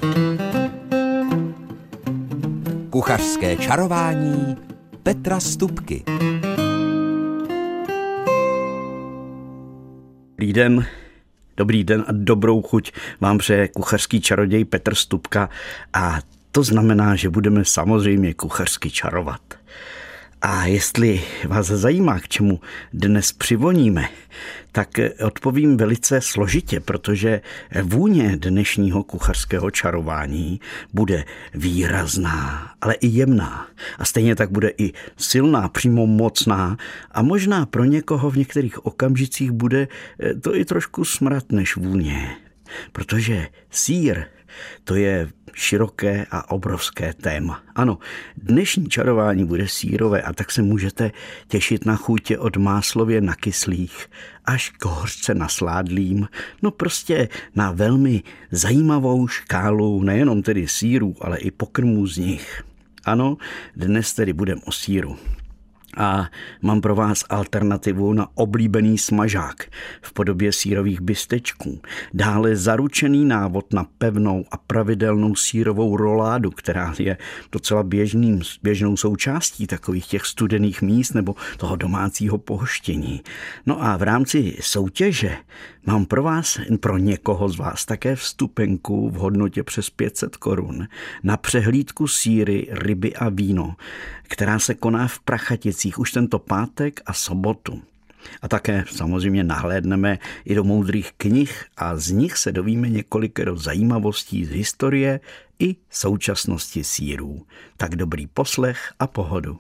Kuchařské čarování Petra Stupky. Dobrý den a dobrou chuť vám přeje kuchařský čaroděj Petr Stupka a to znamená, že budeme samozřejmě kuchařsky čarovat. A jestli vás zajímá, k čemu dnes přivoníme, tak odpovím velice složitě, protože vůně dnešního kuchařského čarování bude výrazná, ale i jemná. A stejně tak bude i silná, přímo mocná a možná pro někoho v některých okamžicích bude to i trošku smrad než vůně. Protože sýr, to je široké a obrovské téma. Ano, dnešní čarování bude sýrové a tak se můžete těšit na chutě od máslově nakyslých až k hořce nasládlým, no prostě na velmi zajímavou škálu nejenom tedy sýrů, ale i pokrmů z nich. Ano, dnes tedy budeme o sýru. A mám pro vás alternativu na oblíbený smažák v podobě sýrových bistečků. Dále zaručený návod na pevnou a pravidelnou sýrovou roládu, která je docela běžnou součástí takových těch studených míst nebo toho domácího pohoštění. No a v rámci soutěže mám pro vás, pro někoho z vás, také vstupenku v hodnotě přes 500 korun na přehlídku sýry, ryby a víno, která se koná v Prachaticích už tento pátek a sobotu. A také samozřejmě nahlédneme i do moudrých knih a z nich se dovíme několikero zajímavostí z historie i současnosti sýrů. Tak dobrý poslech a pohodu.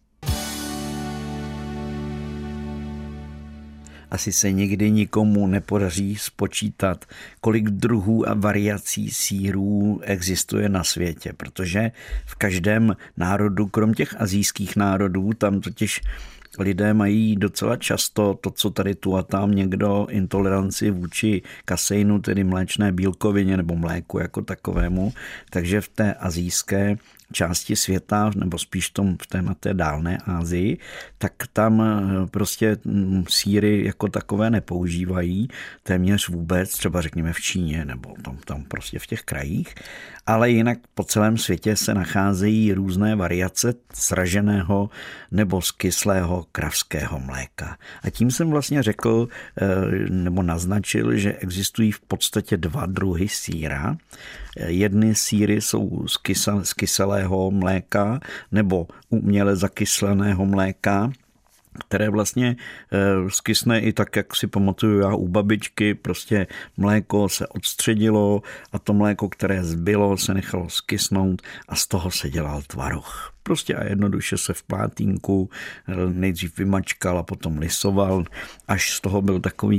Asi se nikdy nikomu nepodaří spočítat, kolik druhů a variací sýrů existuje na světě, protože v každém národu, krom těch asijských národů, tam totiž lidé mají docela často to, co tady tu a tam někdo, intoleranci vůči kaseinu, tedy mléčné bílkovině nebo mléku jako takovému. Takže v té asijské části světa, nebo spíš v té dálné Asii, tak tam prostě sýry jako takové nepoužívají téměř vůbec, třeba řekněme v Číně nebo tam prostě v těch krajích, ale jinak po celém světě se nacházejí různé variace sraženého nebo z kyslého kravského mléka. A tím jsem vlastně řekl nebo naznačil, že existují v podstatě dva druhy sýra. Jedny sýry jsou z kyselého mléka nebo uměle zakysleného mléka, které vlastně skysne i tak, jak si pamatuju já u babičky, prostě mléko se odstředilo a to mléko, které zbylo, se nechalo skysnout a z toho se dělal tvaroh. Prostě a jednoduše se v plátínku nejdřív vymačkal a potom lisoval, až z toho byl takový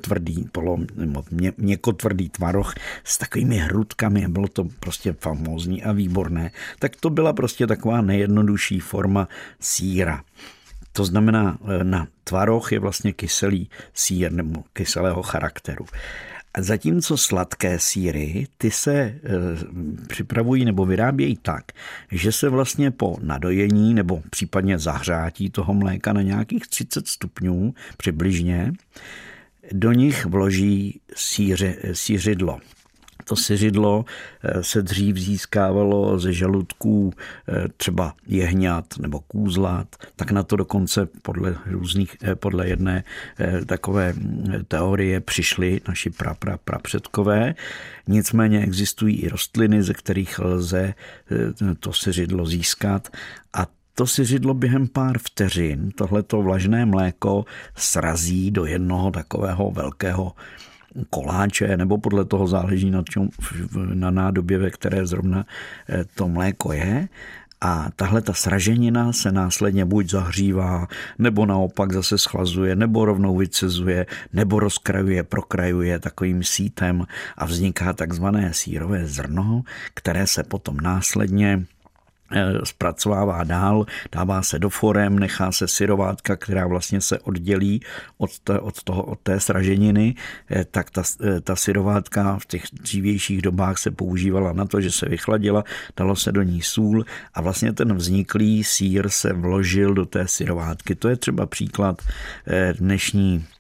měkkotvrdý tvaroh s takovými hrudkami a bylo to prostě famózní a výborné. Tak to byla prostě taková nejjednodušší forma sýra. To znamená, na tvaroh je vlastně kyselý sýr nebo kyselého charakteru. A zatímco sladké sýry, ty se připravují nebo vyrábějí tak, že se vlastně po nadojení nebo případně zahřátí toho mléka na nějakých 30 stupňů přibližně, do nich vloží sýřidlo. To syřidlo se dřív získávalo ze žaludků třeba jehňat nebo kůzlat, tak na to dokonce podle jedné takové teorie přišli naši prapředkové. Nicméně existují i rostliny, ze kterých lze to syřidlo získat a to syřidlo během pár vteřin tohleto vlažné mléko srazí do jednoho takového velkého koláče, nebo podle toho záleží na nádobě, ve které zrovna to mléko je. A tahle ta sraženina se následně buď zahřívá, nebo naopak zase schlazuje, nebo rovnou vycezuje, nebo prokrajuje takovým sítem a vzniká takzvané sýrové zrno, které se potom následně zpracovává dál, dává se do forem, nechá se syrovátka, která vlastně se oddělí od té sraženiny, tak ta syrovátka v těch dřívějších dobách se používala na to, že se vychladila, dalo se do ní sůl a vlastně ten vzniklý sýr se vložil do té syrovátky. To je třeba příklad dnešní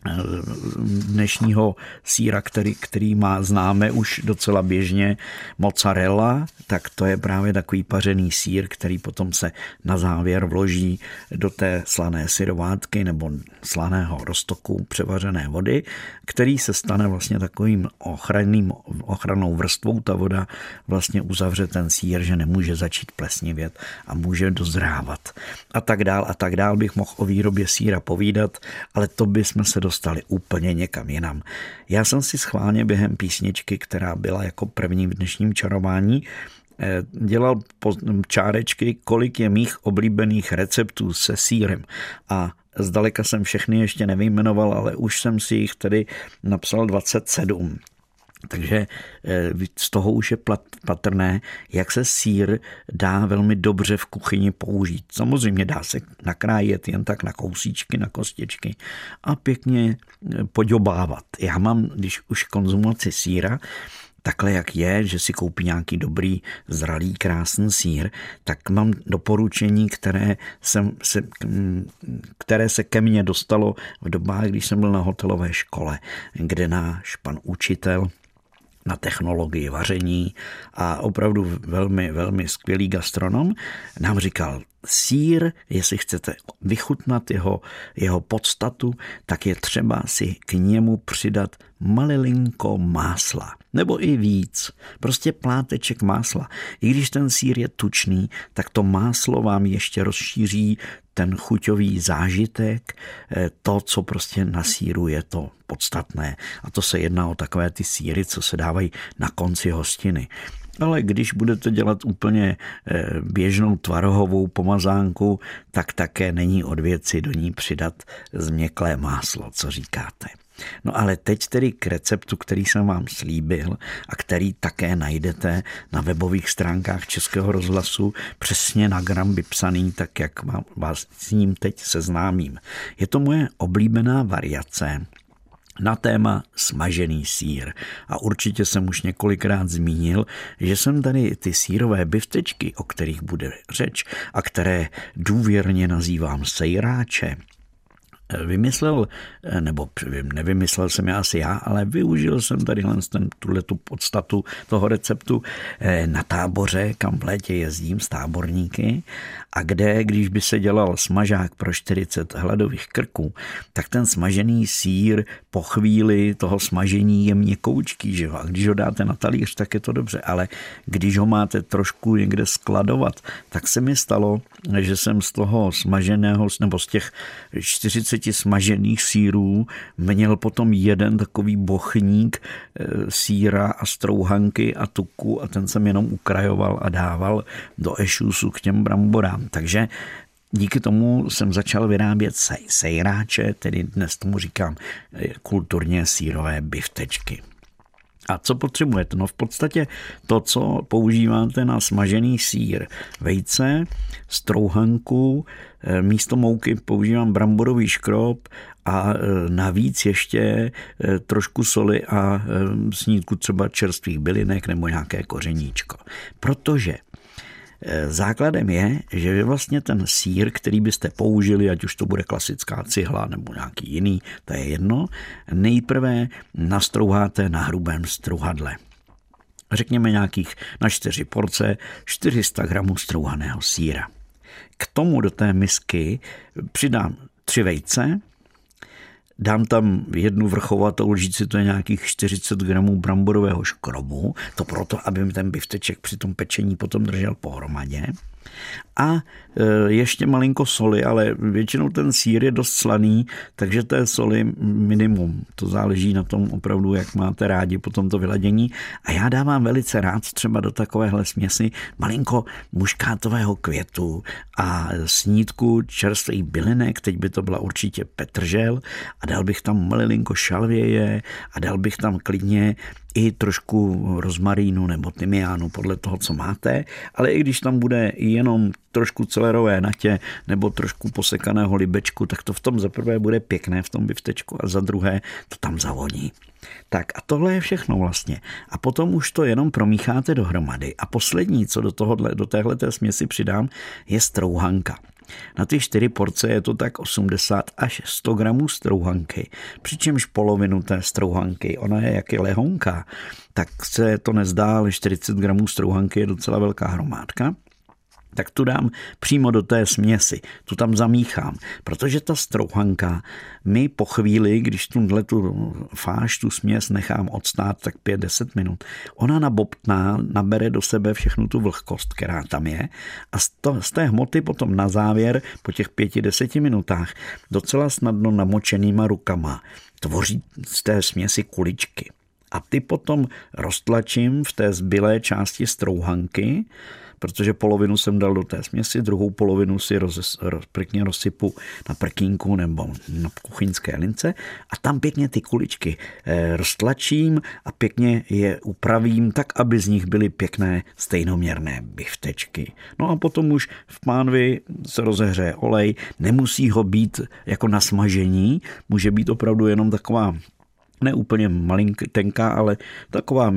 dnešního sýra, který známe už docela běžně, mozzarella, tak to je právě takový pařený sýr, který potom se na závěr vloží do té slané syrovátky nebo slaného roztoku převařené vody, který se stane vlastně takovým ochrannou vrstvou. Ta voda vlastně uzavře ten sýr, že nemůže začít plesnivět a může dozrávat. A tak dál bych mohl o výrobě sýra povídat, ale to bychom se dostali úplně někam jinam. Já jsem si schválně během písničky, která byla jako první v dnešním čarování, dělal čárečky, kolik je mých oblíbených receptů se sýrem. A zdaleka jsem všechny ještě nevyjmenoval, ale už jsem si jich tedy napsal 27. Takže z toho už je patrné, jak se sýr dá velmi dobře v kuchyni použít. Samozřejmě dá se nakrájet jen tak na kousíčky, na kostičky a pěkně poďobávat. Já mám, když už konzumaci sýra, takhle jak je, že si koupí nějaký dobrý, zralý, krásný sýr, tak mám doporučení, které se ke mně dostalo v dobách, když jsem byl na hotelové škole, kde náš pan učitel na technologii vaření a opravdu velmi, velmi skvělý gastronom nám říkal, sýr, jestli chcete vychutnat jeho podstatu, tak je třeba si k němu přidat malilinko másla. Nebo i víc. Prostě pláteček másla. I když ten sýr je tučný, tak to máslo vám ještě rozšíří ten chuťový zážitek, to, co prostě na sýru je to podstatné. A to se jedná o takové ty sýry, co se dávají na konci hostiny. Ale když budete dělat úplně běžnou tvarohovou pomazánku, tak také není od věci do ní přidat změklé máslo, co říkáte. No ale teď tedy k receptu, který jsem vám slíbil a který také najdete na webových stránkách Českého rozhlasu přesně na gram vypsaný, tak jak vás s ním teď seznámím. Je to moje oblíbená variace na téma smažený sýr. A určitě jsem už několikrát zmínil, že jsem tady ty sýrové biftečky, o kterých bude řeč a které důvěrně nazývám sejráče, vymyslel, nebo nevymyslel jsem je asi já, ale využil jsem tady tuhletu podstatu toho receptu na táboře, kam v létě jezdím s táborníky a kde, když by se dělal smažák pro 40 hladových krků, tak ten smažený sýr po chvíli toho smažení je měkoučký, že? A když ho dáte na talíř, tak je to dobře, ale když ho máte trošku někde skladovat, tak se mi stalo, že jsem z toho smaženého, nebo z těch 40 smažených sýrů měl potom jeden takový bochník sýra a strouhanky a tuku a ten jsem jenom ukrajoval a dával do ešusu k těm bramborám. Takže díky tomu jsem začal vyrábět sejráče, tedy dnes tomu říkám kulturně sýrové biftečky. A co potřebujete? No v podstatě to, co používáte na smažený sýr. Vejce, strouhanku, místo mouky používám bramborový škrob a navíc ještě trošku soli a snídku třeba čerstvých bylinek nebo nějaké kořeníčko. Protože základem je, že vlastně ten sýr, který byste použili, ať už to bude klasická cihla nebo nějaký jiný, to je jedno, nejprve nastrouháte na hrubém strouhadle. Řekněme nějakých na 4 porce 400 gramů strouhaného sýra. K tomu do té misky přidám 3 vejce, dám tam 1 vrchovatou lžíci, to je nějakých 40 gramů bramborového škrobu, to proto, aby mi ten bifteček při tom pečení potom držel pohromadě. A ještě malinko soli, ale většinou ten sýr je dost slaný, takže té soli minimum. To záleží na tom opravdu, jak máte rádi potom to vyladění. A já dávám velice rád třeba do takovéhle směsi malinko muškátového květu a snídku čerstvých bylinek, teď by to byla určitě petržel a dal bych tam malinko šalvěje a dal bych tam klidně i trošku rozmarínu nebo tymiánu podle toho, co máte, ale i když tam bude jenom trošku celerové natě nebo trošku posekaného libečku, tak to v tom za prvé bude pěkné v tom biftečku a za druhé to tam zavoní. Tak a tohle je všechno vlastně. A potom už to jenom promícháte dohromady. A poslední, co do téhleté směsi přidám, je strouhanka. Na ty 4 porce je to tak 80 až 100 gramů strouhanky, přičemž polovinu té strouhanky, ona je jak je lehonká, tak se to nezdá, ale 40 gramů strouhanky je docela velká hromádka. Tak tu dám přímo do té směsi, tu tam zamíchám, protože ta strouhanka mi po chvíli, když tu fáš, tu směs nechám odstát tak 5-10 minut, ona nabobtná, nabere do sebe všechnu tu vlhkost, která tam je a z té hmoty potom na závěr po těch 5-10 minutách docela snadno namočenýma rukama tvoří z té směsi kuličky. A ty potom roztlačím v té zbylé části strouhanky, protože polovinu jsem dal do té směsi, druhou polovinu si pěkně rozsypu na prkínku nebo na kuchyňské lince a tam pěkně ty kuličky roztlačím a pěkně je upravím tak, aby z nich byly pěkné stejnoměrné biftečky. No a potom už v pánvi se rozehřeje olej, nemusí ho být jako na smažení, může být opravdu jenom taková ne úplně tenká, ale taková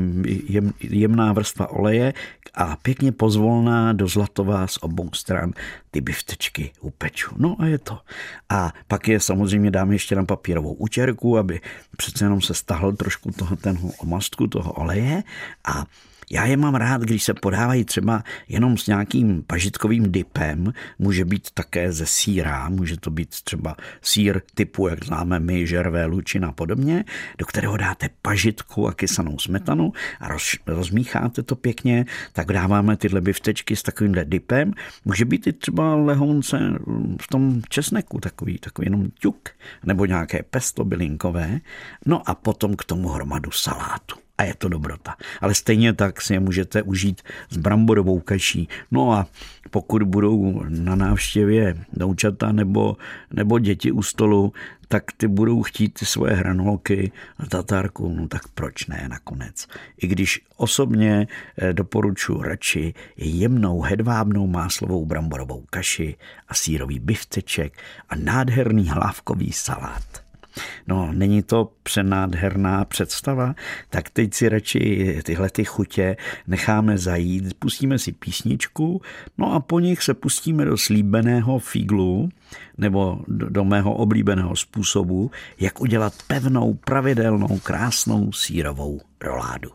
jemná vrstva oleje a pěkně pozvolná do zlatová z obou stran ty biftečky upeču. No a je to. A pak je samozřejmě dám ještě na papírovou utěrku, aby přece jenom se stahl trošku ten omastku toho oleje a já je mám rád, když se podávají třeba jenom s nějakým pažitkovým dipem, může být také ze sýra, může to být třeba sýr typu, jak známe my, žervé, lučina a podobně, do kterého dáte pažitku a kysanou smetanu a rozmícháte to pěkně, tak dáváme tyhle biftečky s takovýmhle dipem. Může být i třeba lehonce v tom česneku, takový jenom ťuk, nebo nějaké pesto bylinkové, no a potom k tomu hromadu salátu. A je to dobrota. Ale stejně tak si je můžete užít s bramborovou kaší. No a pokud budou na návštěvě doučata nebo děti u stolu, tak ty budou chtít ty svoje hranolky a tatárku, no tak proč ne nakonec. I když osobně doporučuji radši jemnou hedvábnou máslovou bramborovou kaši a sýrový bifteček a nádherný hlávkový salát. No, není to přenádherná představa, tak teď si radši tyhle ty chutě necháme zajít, pustíme si písničku, no a po nich se pustíme do slíbeného fíglu, nebo do mého oblíbeného způsobu, jak udělat pevnou, pravidelnou, krásnou sýrovou roládu.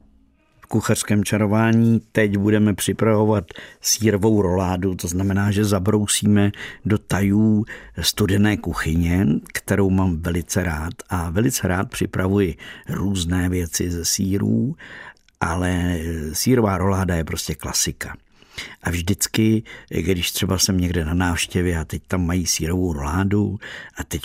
V kuchařském čarování teď budeme připravovat sýrovou roládu, to znamená, že zabrousíme do tajů studené kuchyně, kterou mám velice rád a velice rád připravuji různé věci ze sýrů, ale sýrová roláda je prostě klasika. A vždycky, když třeba jsem někde na návštěvě a teď tam mají sýrovou roládu a teď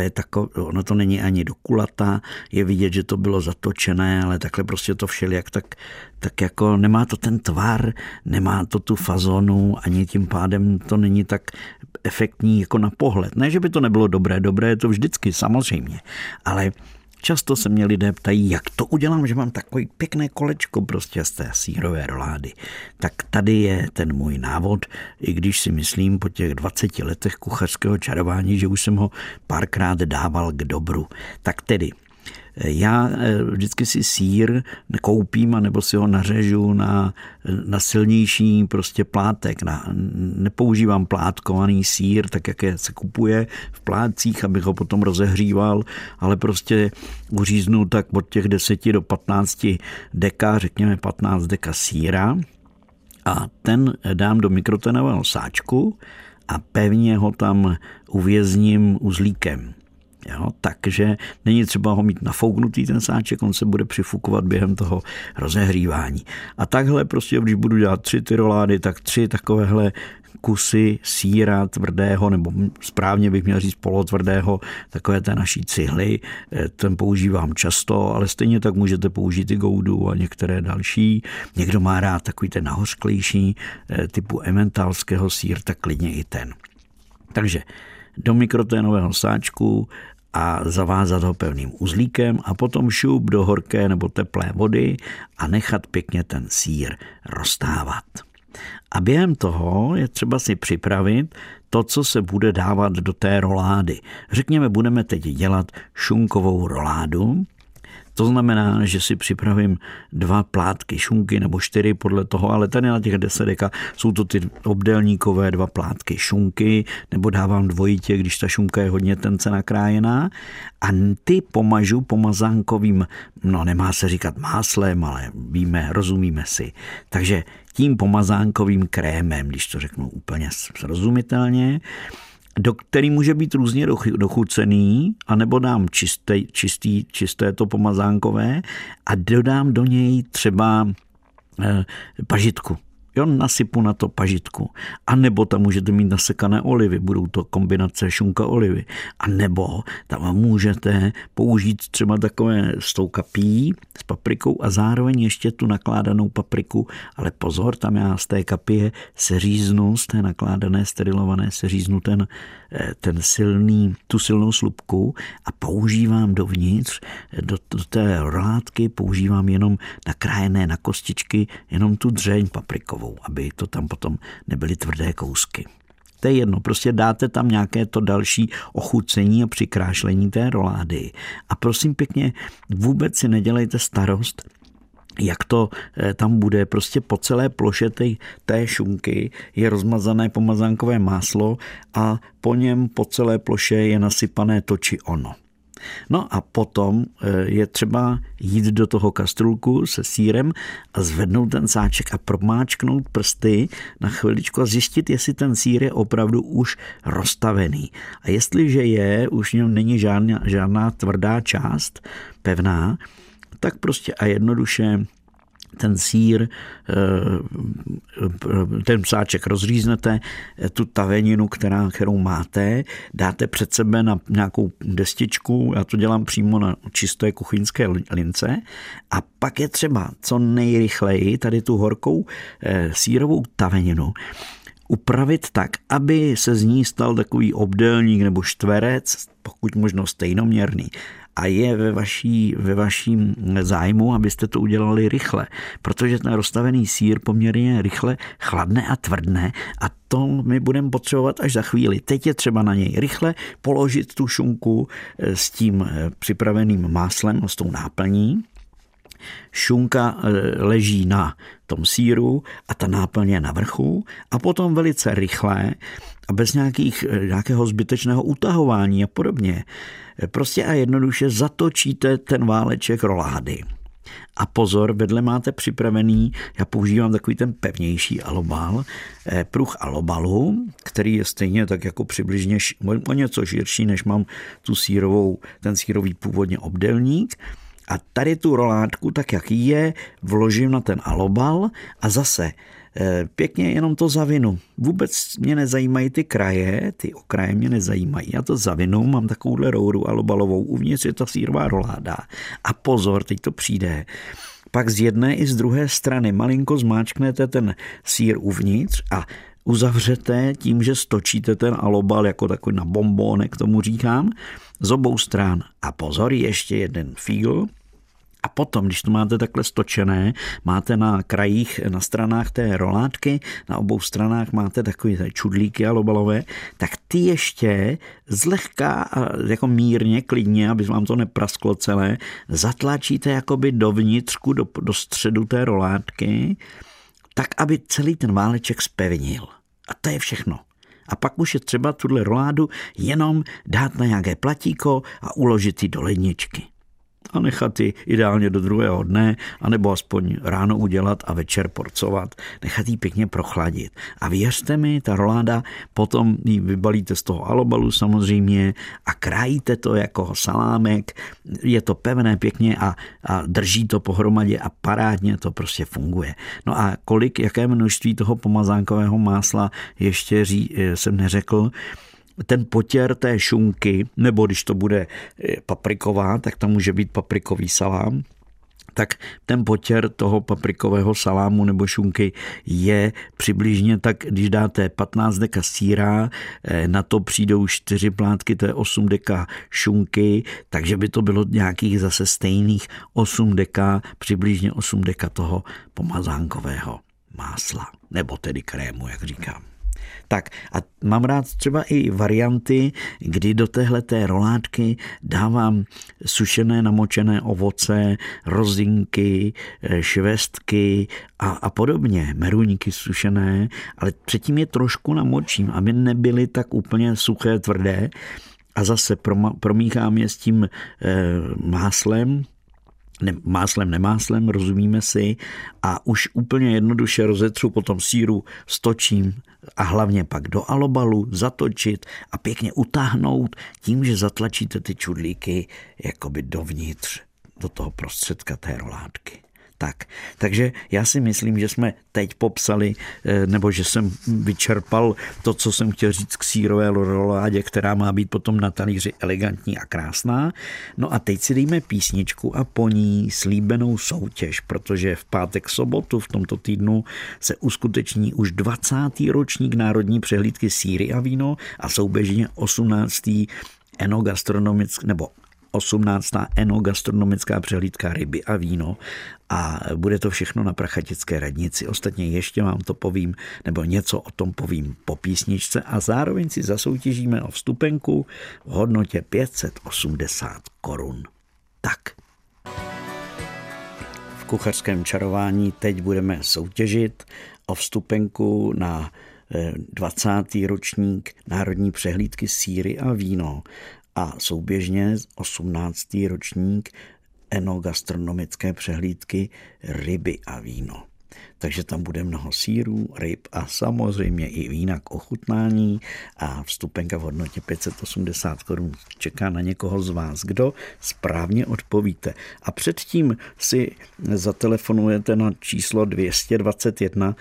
ono to není ani do kulata, je vidět, že to bylo zatočené, ale takhle prostě to všelijak tak jako nemá to ten tvar, nemá to tu fazonu, ani tím pádem to není tak efektní jako na pohled. Ne, že by to nebylo dobré je to vždycky, samozřejmě, ale často se mě lidé ptají, jak to udělám, že mám takový pěkné kolečko prostě z té sýrové rolády. Tak tady je ten můj návod, i když si myslím po těch 20 letech kuchařského čarování, že už jsem ho párkrát dával k dobru. Tak tedy, já vždycky si sýr koupím, anebo si ho nařežu na silnější prostě plátek. Nepoužívám plátkovaný sýr, tak jak se kupuje v plátcích, abych ho potom rozehříval, ale prostě uříznu tak od těch 10 do 15 deka, řekněme 15 deka sýra a ten dám do mikrovlnkového sáčku a pevně ho tam uvězním uzlíkem. Jo, takže není třeba ho mít nafouknutý ten sáček, on se bude přifukovat během toho rozehřívání. A takhle prostě, když budu dělat 3 ty rolády, tak 3 takovéhle kusy sýra tvrdého, nebo správně bych měl říct polotvrdého, takové té naší cihly, ten používám často, ale stejně tak můžete použít i goudu a některé další. Někdo má rád takový ten nahořklejší typu emmentalského sýr, tak klidně i ten. Takže do mikrovlnkového sáčku a zavázat ho pevným uzlíkem a potom šup do horké nebo teplé vody a nechat pěkně ten sýr roztávat. A během toho je třeba si připravit to, co se bude dávat do té rolády. Řekněme, budeme teď dělat šunkovou roládu, To znamená, že si připravím 2 plátky šunky nebo 4 podle toho, ale tady na těch 10 deka jsou to ty obdélníkové 2 plátky šunky, nebo dávám dvojitě, když ta šunka je hodně tence nakrájená, a ty pomažu pomazánkovým, no nemá se říkat máslem, ale víme, rozumíme si. Takže tím pomazánkovým krémem, když to řeknu úplně srozumitelně, do který může být různě dochucený, anebo dám čisté to pomazánkové a dodám do něj třeba pažitku. Jo, nasypu na to pažitku. A nebo tam můžete mít nasekané olivy, budou to kombinace šunka olivy. A nebo tam můžete použít třeba takové s tou kapí, s paprikou a zároveň ještě tu nakládanou papriku. Ale pozor, tam já z té kapie seříznu, z té nakládané, sterilované, seříznu tu silnou slupku a používám dovnitř, do té rolátky používám jenom nakrájené na kostičky, jenom tu dřeň paprikovou, aby to tam potom nebyly tvrdé kousky. To je jedno, prostě dáte tam nějaké to další ochucení a přikrášlení té rolády. A prosím pěkně, vůbec si nedělejte starost, jak to tam bude, prostě po celé ploše té šunky je rozmazané pomazánkové máslo a po něm po celé ploše je nasypané to či ono. No a potom je třeba jít do toho kastrůlku se sýrem a zvednout ten sáček a promáčknout prsty na chviličku a zjistit, jestli ten sýr je opravdu už roztavený. A jestliže už v něm není žádná tvrdá část, pevná, tak prostě a jednoduše ten sýr, ten sáček rozříznete, tu taveninu, kterou máte, dáte před sebe na nějakou destičku, já to dělám přímo na čisté kuchyňské lince, a pak je třeba co nejrychleji tady tu horkou sýrovou taveninu upravit tak, aby se z ní stal takový obdélník nebo čtverec, pokud možno stejnoměrný. A je ve vaším zájmu, abyste to udělali rychle, protože ten rozstavený sýr poměrně rychle chladne a tvrdne a to my budeme potřebovat až za chvíli. Teď je třeba na něj rychle položit tu šunku s tím připraveným máslem, s tou náplní. Šunka leží na tom sýru a ta náplň je na vrchu a potom velice rychle a bez nějakého zbytečného utahování a podobně prostě a jednoduše zatočíte ten váleček rolády. A pozor, vedle máte připravený, já používám takový ten pevnější alobal, pruh alobalu, který je stejně tak jako přibližně o něco širší, než mám ten sýrový původně obdélník. A tady tu roládku, tak jak je, vložím na ten alobal a zase pěkně jenom to zavinu. Vůbec mě nezajímají ty kraje, ty okraje mě nezajímají. Já to zavinu, mám takovouhle rouru alobalovou, uvnitř je ta sýrová roláda. A pozor, teď to přijde. Pak z jedné i z druhé strany malinko zmáčknete ten sýr uvnitř a uzavřete tím, že stočíte ten alobal jako takový na bombónek, tomu říkám, z obou stran. A pozor, ještě jeden fígl. A potom, když to máte takhle stočené, máte na krajích, na stranách té rolátky, na obou stranách máte takové čudlíky alobalové, tak ty ještě zlehka, jako mírně, klidně, aby vám to neprasklo celé, zatlačíte jakoby dovnitřku, do středu té rolátky, tak, aby celý ten váleček zpevnil. A to je všechno. A pak už je třeba tuhle roládu jenom dát na nějaké platíko a uložit ji do ledničky. A nechat ji ideálně do druhého dne, anebo aspoň ráno udělat a večer porcovat. Nechat ji pěkně prochladit. A věřte mi, ta roláda, potom ji vybalíte z toho alobalu samozřejmě a krájíte to jako salámek. Je to pevné pěkně a drží to pohromadě a parádně to prostě funguje. No a jaké množství toho pomazánkového másla ještě jsem neřekl. Ten potěr té šunky, nebo když to bude papriková, tak tam může být paprikový salám, tak ten potěr toho paprikového salámu nebo šunky je přibližně tak, když dáte 15 deka sýra, na to přijdou 4 plátky, to je 8 deka šunky, takže by to bylo nějakých zase stejných 8 deka, přibližně 8 deka toho pomazánkového másla, nebo tedy krému, jak říkám. Tak a mám rád třeba i varianty, kdy do téhleté rolátky dávám sušené namočené ovoce, rozinky, švestky a podobně, meruňky sušené, ale předtím je trošku namočím, aby nebyly tak úplně suché, tvrdé a zase promíchám je s tím máslem, nemáslem, rozumíme si, a už úplně jednoduše rozetřu potom sýru, stočím a hlavně pak do alobalu zatočit a pěkně utáhnout tím, že zatlačíte ty čudlíky jakoby dovnitř, do toho prostředka té rolátky. Takže já si myslím, že jsme teď popsali, nebo že jsem vyčerpal to, co jsem chtěl říct k sýrové roládě, která má být potom na talíři elegantní a krásná. No a teď si dejme písničku a po ní slíbenou soutěž, protože v pátek, sobotu v tomto týdnu se uskuteční už 20. ročník Národní přehlídky Sýry a víno a souběžně 18. nebo 18. enogastronomická přehlídka ryby a víno a bude to všechno na Prachatické radnici. Ostatně ještě vám to povím, nebo něco o tom povím po písničce a zároveň si zasoutěžíme o vstupenku v hodnotě 580 korun. Tak. V kuchařském čarování teď budeme soutěžit o vstupenku na 20. ročník Národní přehlídky Sýry a víno a souběžně 18. ročník enogastronomické přehlídky ryby a víno. Takže tam bude mnoho sýrů, ryb a samozřejmě i vína k ochutnání a vstupenka v hodnotě 580 korun čeká na někoho z vás, kdo správně odpovíte. A předtím si zatelefonujete na číslo 221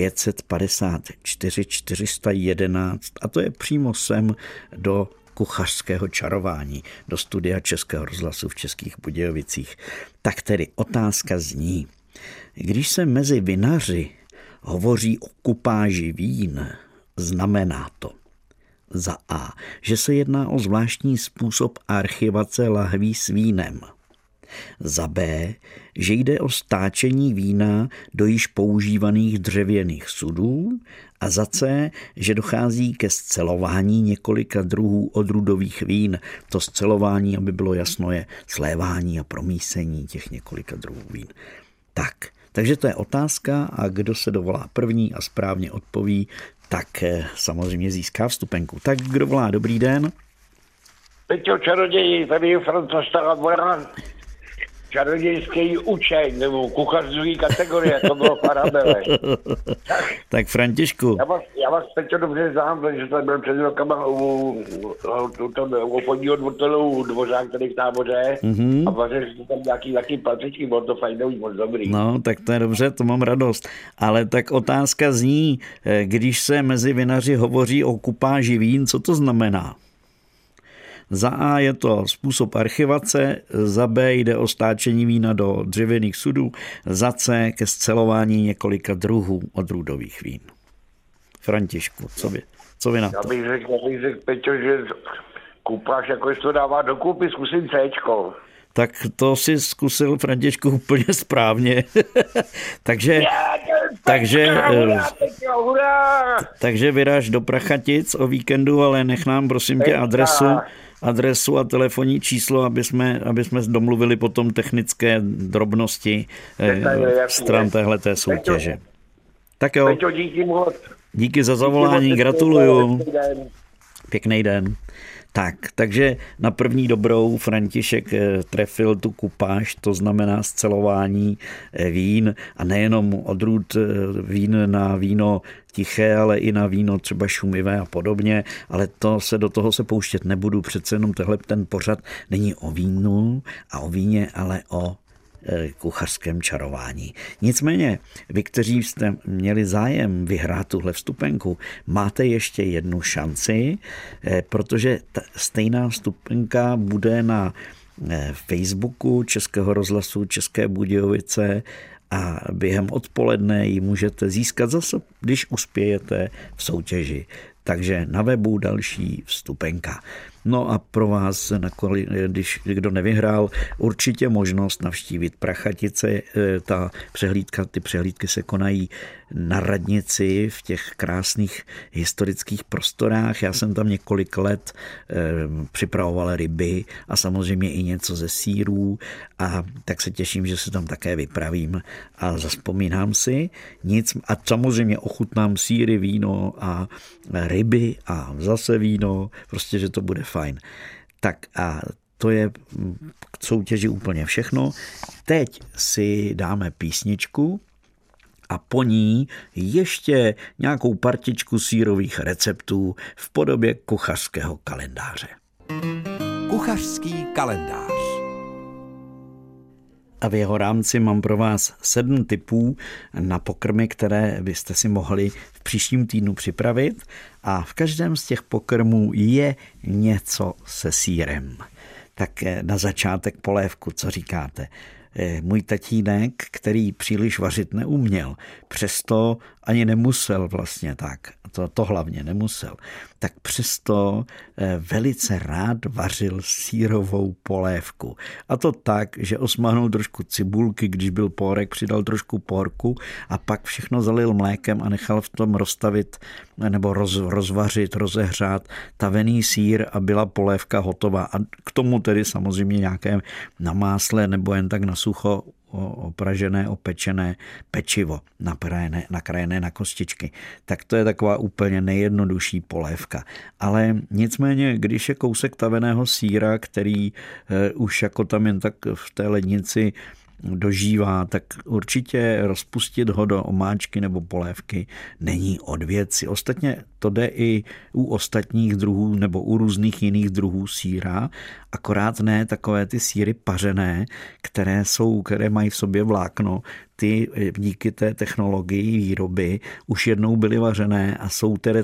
554 411 a to je přímo sem do kuchařského čarování, do studia Českého rozhlasu v Českých Budějovicích. Tak tedy otázka zní, když se mezi vinaři hovoří o kupáži vín, znamená to za A, že se jedná o zvláštní způsob archivace lahví s vínem, za B, že jde o stáčení vína do již používaných dřevěných sudů a za C, že dochází ke scelování několika druhů odrůdových vín. To scelování, aby bylo jasno, je slévání a promísení těch několika druhů vín. Takže to je otázka a kdo se dovolá první a správně odpoví, tak samozřejmě získá vstupenku. Tak kdo volá, dobrý den? Peťo čaroděj, tady je Francouz Dvora. Čarodějský učeň, nebo kuchařský kategorie, to bylo parabele. Tak Františku. Já vás, Peťo, dobře znám, protože jsem byl před rokama u obchodního dvortelu Dvořák, který v Táboře, a vařili jsme tam nějaký palčičky, bylo to fajnový, moc dobrý. No, tak to je dobře, to mám radost. Ale tak otázka zní, když se mezi vinaři hovoří o kupáži vín, co to znamená? Za A je to způsob archivace, za B jde o stáčení vína do dřevěných sudů, za C ke scelování několika druhů odrůdových vín. Františku, co vy na to? Já bych řekl, Peťo, že kupáž, jako to dává dokupy, zkusím Cčko. Tak to si zkusil, Františku, úplně správně. takže vyráž do Prachatic o víkendu, ale nech nám, prosím tě, adresu a telefonní číslo, aby jsme domluvili potom technické drobnosti stran téhleté soutěže. Tak jo. Peťo, díky moc. Díky za zavolání, gratuluju. Pěkný den. Takže na první dobrou František trefil tu kupáž, to znamená scelování vín a nejenom odrůd vín na víno tiché, ale i na víno třeba šumivé a podobně, ale do toho se pouštět nebudu, přece jenom ten pořad není o vínu a o víně, ale o kuchařském čarování. Nicméně, vy, kteří jste měli zájem vyhrát tuhle vstupenku, máte ještě jednu šanci, protože stejná vstupenka bude na Facebooku Českého rozhlasu České Budějovice a během odpoledne ji můžete získat zase, když uspějete v soutěži. Takže na webu další vstupenka. No a pro vás, když kdo nevyhrál, určitě možnost navštívit Prachatice. Ty přehlídky se konají na radnici v těch krásných historických prostorách. Já jsem tam několik let připravoval ryby a samozřejmě i něco ze sýrů a tak se těším, že se tam také vypravím a zazpomínám si nic a samozřejmě ochutnám sýry, víno a ryby a zase víno, prostě, že to bude fajn. Tak a to je k soutěži úplně všechno. Teď si dáme písničku a po ní ještě nějakou partičku sýrových receptů v podobě kuchařského kalendáře. Kuchařský kalendář. A v jeho rámci mám pro vás 7 tipů na pokrmy, které byste si mohli v příštím týdnu připravit. A v každém z těch pokrmů je něco se sýrem. Tak na začátek polévku, co říkáte? Můj tatínek, který příliš vařit neuměl, přesto ani nemusel vlastně tak, to hlavně nemusel, tak přesto velice rád vařil sýrovou polévku. A to tak, že osmahnul trošku cibulky, když byl pórek, přidal trošku pórku a pak všechno zalil mlékem a nechal v tom rozstavit nebo rozvařit, rozehřát tavený sýr a byla polévka hotová. A k tomu tedy samozřejmě nějaké na másle nebo jen tak na sucho opražené, opečené pečivo, nakrájené na kostičky. Tak to je taková úplně nejjednodušší polévka. Ale nicméně, když je kousek taveného sýra, který už jako tam jen tak v té lednici dožívá, tak určitě rozpustit ho do omáčky nebo polévky není od věci. Ostatně to jde i u ostatních druhů nebo u různých jiných druhů sýra, akorát ne takové ty sýry pařené, které mají v sobě vlákno. Ty díky té technologii výroby už jednou byly vařené a jsou tedy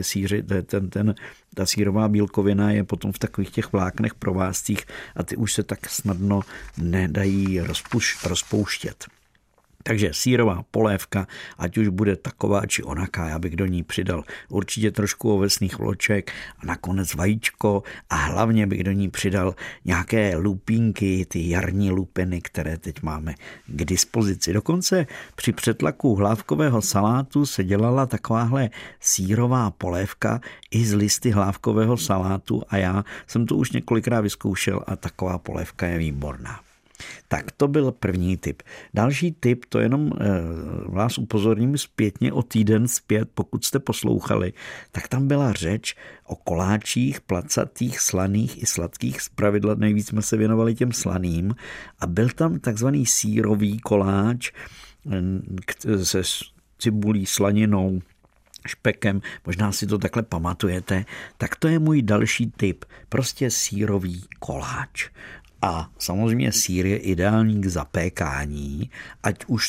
ta sýrová bílkovina je potom v takových těch vláknech provázcích a ty už se tak snadno nedají rozpouštět. Takže sýrová polévka, ať už bude taková či onaká, já bych do ní přidal určitě trošku ovesných vloček a nakonec vajíčko a hlavně bych do ní přidal nějaké lupínky, ty jarní lupiny, které teď máme k dispozici. Dokonce při přetlaku hlávkového salátu se dělala takováhle sýrová polévka i z listy hlávkového salátu a já jsem to už několikrát vyzkoušel a taková polévka je výborná. Tak to byl první tip. Další tip, to jenom vás upozorním zpětně o týden zpět, pokud jste poslouchali, tak tam byla řeč o koláčích, placatých, slaných i sladkých. Zpravidla nejvíc jsme se věnovali těm slaným a byl tam takzvaný sýrový koláč se cibulí, slaninou, špekem, možná si to takhle pamatujete, tak to je můj další tip, prostě sýrový koláč. A samozřejmě sýr je ideální k zapékání, ať už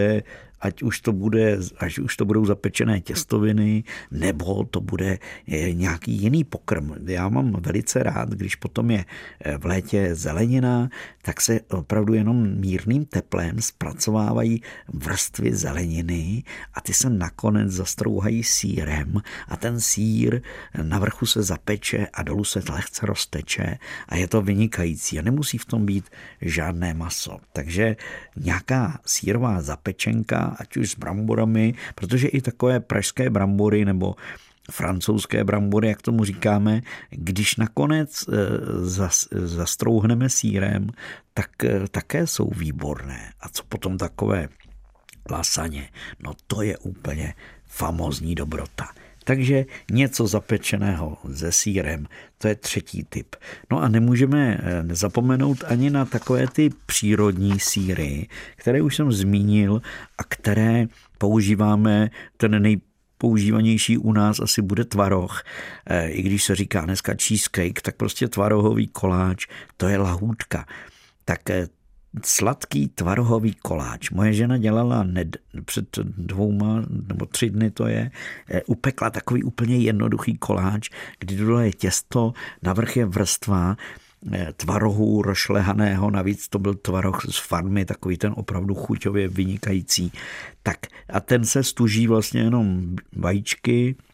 to budou zapečené těstoviny, nebo to bude nějaký jiný pokrm. Já mám velice rád, když potom je v létě zelenina, tak se opravdu jenom mírným teplem zpracovávají vrstvy zeleniny a ty se nakonec zastrouhají sýrem a ten sýr na vrchu se zapeče a dolů se lehce rozteče a je to vynikající a nemusí v tom být žádné maso. Takže nějaká sýrová zapečenka, ať už s bramborami, protože i takové pražské brambory nebo francouzské brambory, jak tomu říkáme, když nakonec zastrouhneme sýrem, tak také jsou výborné. A co potom takové lasaně? No to je úplně famózní dobrota. Takže něco zapečeného se sýrem, to je třetí tip. No a nemůžeme zapomenout ani na takové ty přírodní sýry, které už jsem zmínil a které používáme, ten nejpoužívanější u nás asi bude tvaroh. I když se říká dneska cheesecake, tak prostě tvarohový koláč, to je lahůdka. Tak sladký tvarohový koláč. Moje žena dělala před 2 nebo 3 dny upekla takový úplně jednoduchý koláč, kdy dole je těsto, navrch je vrstva tvarohu rošlehaného, navíc to byl tvaroh z farmy, takový ten opravdu chuťově vynikající. Tak a ten se stuží vlastně jenom vajíčky,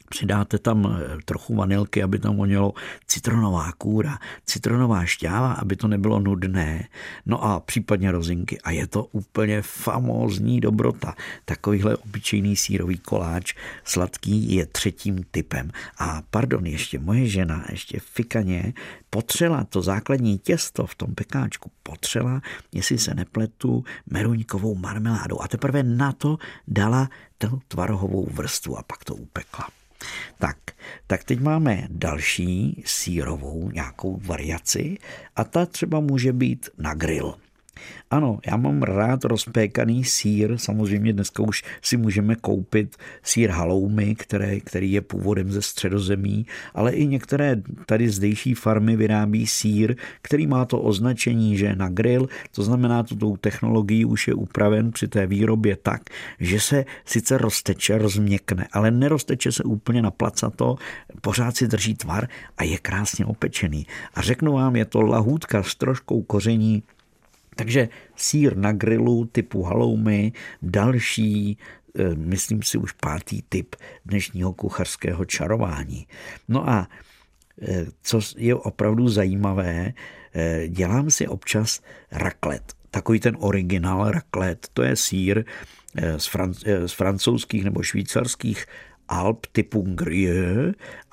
Přidáte tam trochu vanilky, aby tam vonělo, citronová kůra, citronová šťáva, aby to nebylo nudné, no a případně rozinky. A je to úplně famózní dobrota. Takovýhle obyčejný sýrový koláč sladký je třetím typem. A pardon, ještě moje žena, ještě fikaně potřela to základní těsto v tom pekáčku, potřela, jestli se nepletu, meruňkovou marmeládou. A teprve na to dala tu tvarohovou vrstvu a pak to upekla. Tak teď máme další sýrovou nějakou variaci a ta třeba může být na grill. Ano, já mám rád rozpékaný sýr, samozřejmě dneska už si můžeme koupit sýr haloumy, který je původem ze Středozemí, ale i některé tady zdejší farmy vyrábí sýr, který má to označení, že na grill, to znamená, tou technologií už je upraven při té výrobě tak, že se sice rozteče, rozměkne, ale nerozteče se úplně na placato, pořád si drží tvar a je krásně opečený. A řeknu vám, je to lahůdka s troškou koření. Takže sýr na grilu typu haloumy, další, myslím si už 5. typ dnešního kuchařského čarování. No a co je opravdu zajímavé, dělám si občas raclette. Takový ten originál raclette, to je sýr z francouzských nebo švýcarských Alp typu Gruyère a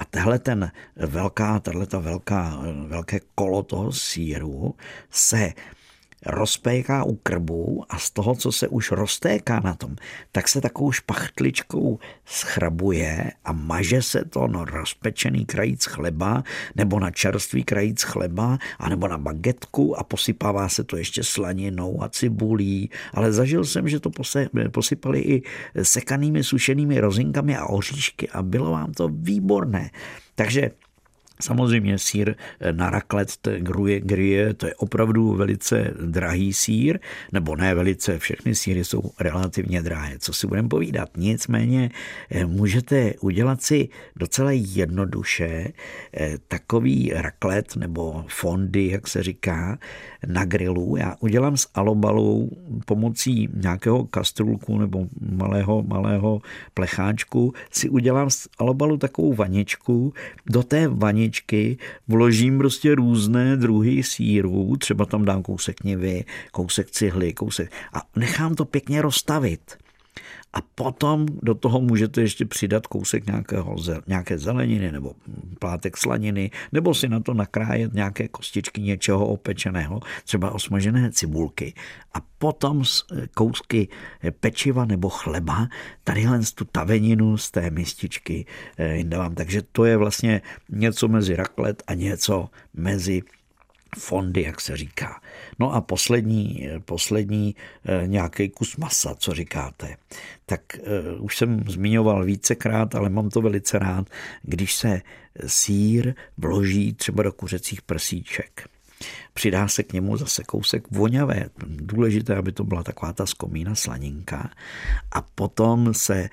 velké kolo toho sýru se rozpéká u krbu a z toho, co se už roztéká na tom, tak se takovou špachtličkou schrabuje a maže se to na rozpečený krajíc chleba nebo na čerstvý krajíc chleba a nebo na bagetku a posypává se to ještě slaninou a cibulí, ale zažil jsem, že to posypali i sekanými sušenými rozinkami a oříšky a bylo vám to výborné. Takže samozřejmě sýr na raclette Gruyère, to je opravdu velice drahý sýr, nebo ne velice, všechny sýry jsou relativně drahé, co si budeme povídat. Nicméně můžete udělat si docela jednoduše takový raclette nebo fondy, jak se říká, na grilu. Já udělám s alobalou pomocí nějakého kastrulku nebo malého plecháčku, si udělám s alobalu takovou vaničku, do té vaničky vložím prostě různé druhy sýrů, třeba tam dám kousek nivy, kousek cihly, a nechám to pěkně roztavit. A potom do toho můžete ještě přidat kousek nějaké zeleniny nebo plátek slaniny, nebo si na to nakrájet nějaké kostičky něčeho opečeného, třeba osmažené cibulky. A potom kousky pečiva nebo chleba, tadyhle tu taveninu z té mističky dávám. Takže to je vlastně něco mezi raclette a něco mezi fondy, jak se říká. No a poslední nějaký kus masa, co říkáte. Tak už jsem zmiňoval vícekrát, ale mám to velice rád, když se sýr vloží třeba do kuřecích prsíček. Přidá se k němu zase kousek voňavé. Důležité, aby to byla taková ta z komína slaninka. A potom se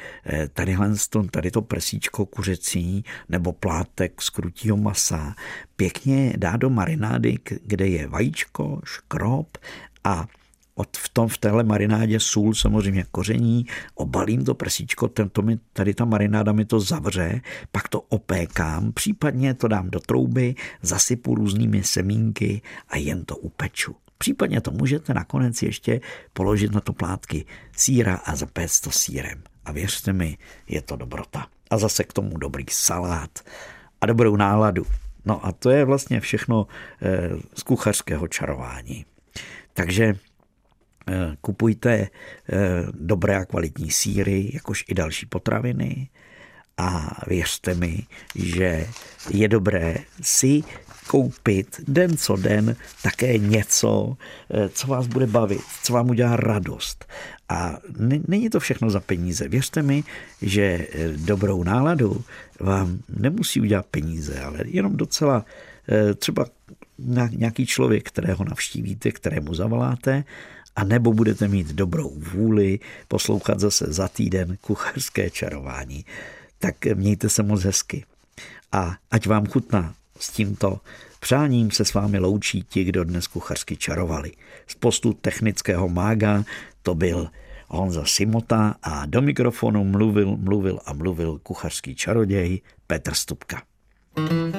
tady to prsíčko kuřecí nebo plátek z krutího masa pěkně dá do marinády, kde je vajíčko, škrob a v téhle marinádě sůl, samozřejmě koření, obalím to prsíčko, tady ta marináda mi to zavře, pak to opékám, případně to dám do trouby, zasypu různými semínky a jen to upeču. Případně to můžete nakonec ještě položit na to plátky sýra a zapéct to sýrem. A věřte mi, je to dobrota. A zase k tomu dobrý salát a dobrou náladu. No a to je vlastně všechno z kuchařského čarování. Takže kupujte dobré a kvalitní sýry, jakož i další potraviny a věřte mi, že je dobré si koupit den co den také něco, co vás bude bavit, co vám udělá radost. A není to všechno za peníze. Věřte mi, že dobrou náladu vám nemusí udělat peníze, ale jenom docela třeba nějaký člověk, kterého navštívíte, kterému zavoláte, a nebo budete mít dobrou vůli poslouchat zase za týden kuchařské čarování. Tak mějte se moc hezky. A ať vám chutná. S tímto přáním se s vámi loučí ti, kdo dnes kuchařsky čarovali. Z postu technického mága to byl Honza Simota a do mikrofonu mluvil kuchařský čaroděj Petr Stupka.